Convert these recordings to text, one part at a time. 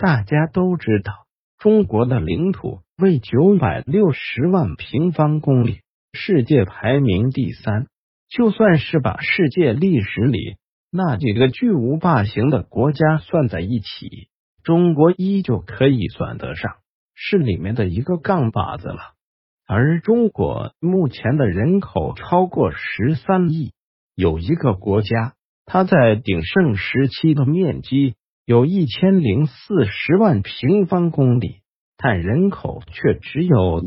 大家都知道，中国的领土为960万平方公里，世界排名第3。就算是把世界历史里那几个巨无霸型的国家算在一起，中国依旧可以算得上是里面的一个杠把子了。而中国目前的人口超过13亿，有一个国家，它在鼎盛时期的面积有1040万平方公里，但人口却只有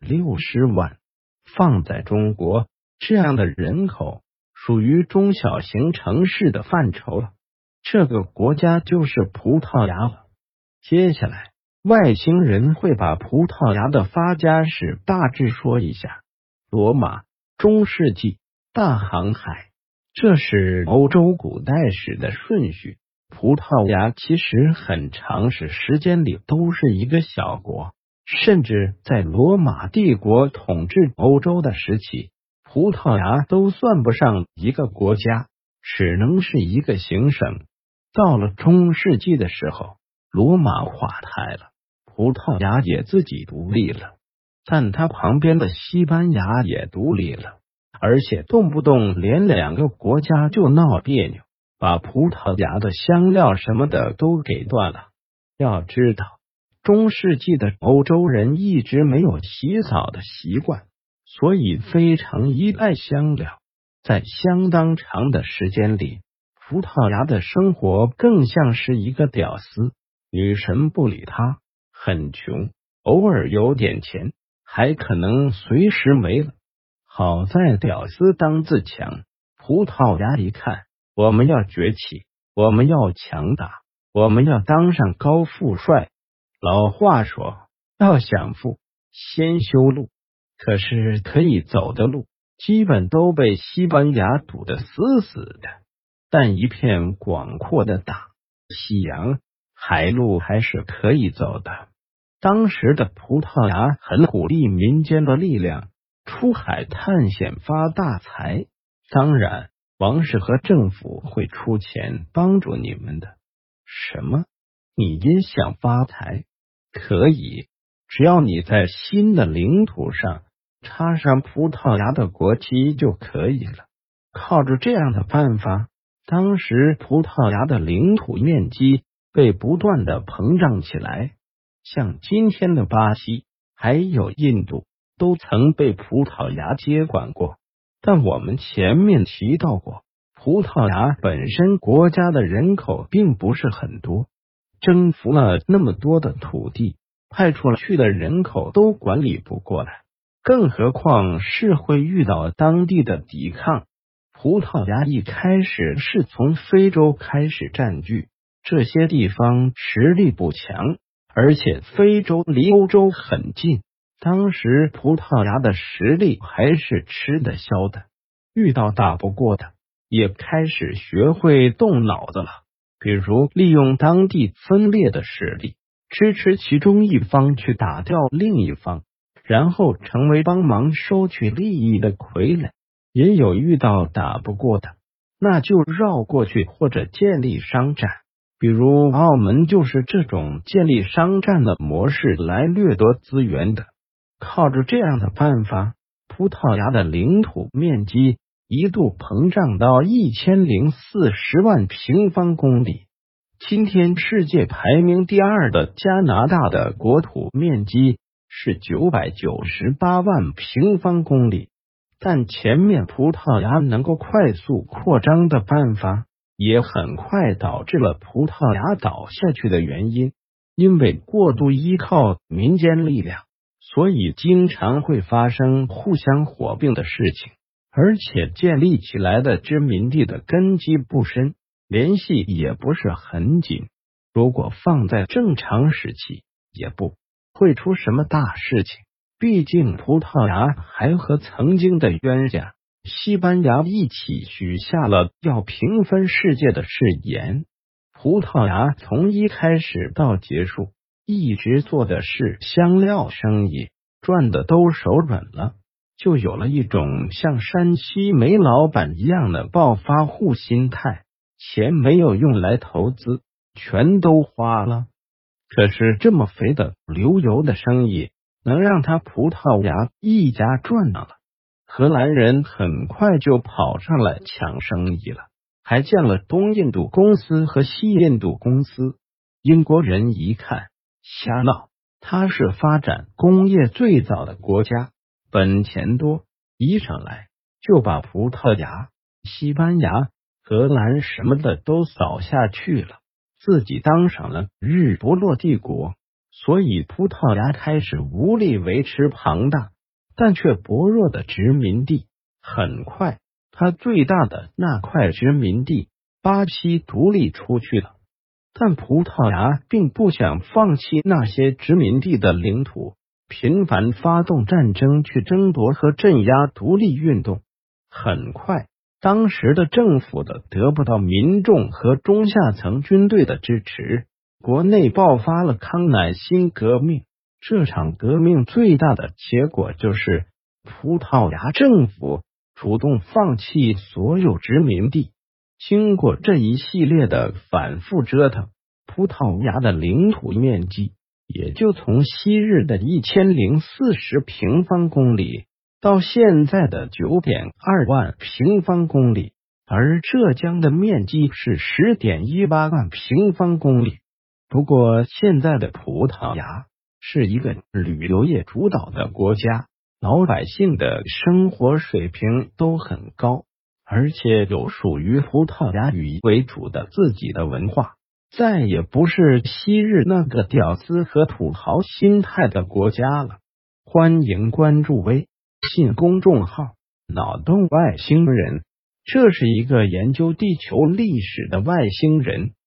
160万。放在中国，这样的人口属于中小型城市的范畴了。这个国家就是葡萄牙了。接下来，外星人会把葡萄牙的发家史大致说一下。罗马、中世纪、大航海，这是欧洲古代史的顺序。葡萄牙其实很长时间里都是一个小国，甚至在罗马帝国统治欧洲的时期，葡萄牙都算不上一个国家，只能是一个行省。到了中世纪的时候，罗马垮台了，葡萄牙也自己独立了，但它旁边的西班牙也独立了，而且动不动连2个国家就闹别扭，把葡萄牙的香料什么的都给断了。要知道，中世纪的欧洲人一直没有洗澡的习惯，所以非常依赖香料。在相当长的时间里，葡萄牙的生活更像是一个屌丝，女神不理他，很穷，偶尔有点钱，还可能随时没了。好在屌丝当自强，葡萄牙一看，我们要崛起，我们要强大，我们要当上高富帅。老话说，要想富，先修路。可是可以走的路，基本都被西班牙堵得死死的。但一片广阔的大西洋海路还是可以走的。当时的葡萄牙很鼓励民间的力量出海探险发大财，当然王室和政府会出钱帮助你们的。什么？你也想发财？可以，只要你在新的领土上插上葡萄牙的国旗就可以了。靠着这样的办法，当时葡萄牙的领土面积被不断的膨胀起来，像今天的巴西还有印度都曾被葡萄牙接管过。但我们前面提到过，葡萄牙本身国家的人口并不是很多，征服了那么多的土地，派出去的人口都管理不过来，更何况是会遇到当地的抵抗。葡萄牙一开始是从非洲开始占据，这些地方实力不强，而且非洲离欧洲很近，当时葡萄牙的实力还是吃得消的，遇到打不过的，也开始学会动脑子了，比如利用当地分裂的实力，支持其中一方去打掉另一方，然后成为帮忙收取利益的傀儡。也有遇到打不过的，那就绕过去或者建立商战，比如澳门就是这种建立商战的模式来掠夺资源的。靠着这样的办法，葡萄牙的领土面积一度膨胀到1040万平方公里。今天世界排名第2的加拿大的国土面积是998万平方公里。但前面葡萄牙能够快速扩张的办法，也很快导致了葡萄牙倒下去的原因。因为过度依靠民间力量，所以经常会发生互相火并的事情，而且建立起来的殖民地的根基不深，联系也不是很紧。如果放在正常时期，也不会出什么大事情。毕竟葡萄牙还和曾经的冤家西班牙一起许下了要平分世界的誓言。葡萄牙从一开始到结束一直做的是香料生意，赚的都手软了，就有了一种像山西煤老板一样的暴发户心态，钱没有用来投资，全都花了。 可是这么肥的流油的生意，能让他葡萄牙一家赚了。荷兰人很快就跑上来抢生意了，还建了东印度公司和西印度公司。英国人一看，瞎闹，他是发展工业最早的国家，本钱多，一上来就把葡萄牙、西班牙、荷兰什么的都扫下去了，自己当上了日不落帝国。所以葡萄牙开始无力维持庞大但却薄弱的殖民地。很快，他最大的那块殖民地巴西独立出去了。但葡萄牙并不想放弃那些殖民地的领土，频繁发动战争去争夺和镇压独立运动。很快，当时的政府得不到民众和中下层军队的支持，国内爆发了康乃馨革命。这场革命最大的结果就是葡萄牙政府主动放弃所有殖民地。经过这一系列的反复折腾，葡萄牙的领土面积也就从昔日的1040平方公里到现在的9.2万平方公里，而浙江的面积是10.18万平方公里。不过现在的葡萄牙是一个旅游业主导的国家，老百姓的生活水平都很高，而且有属于葡萄牙语为主的自己的文化，再也不是昔日那个屌丝和土豪心态的国家了。欢迎关注微信公众号脑洞外星人，这是一个研究地球历史的外星人。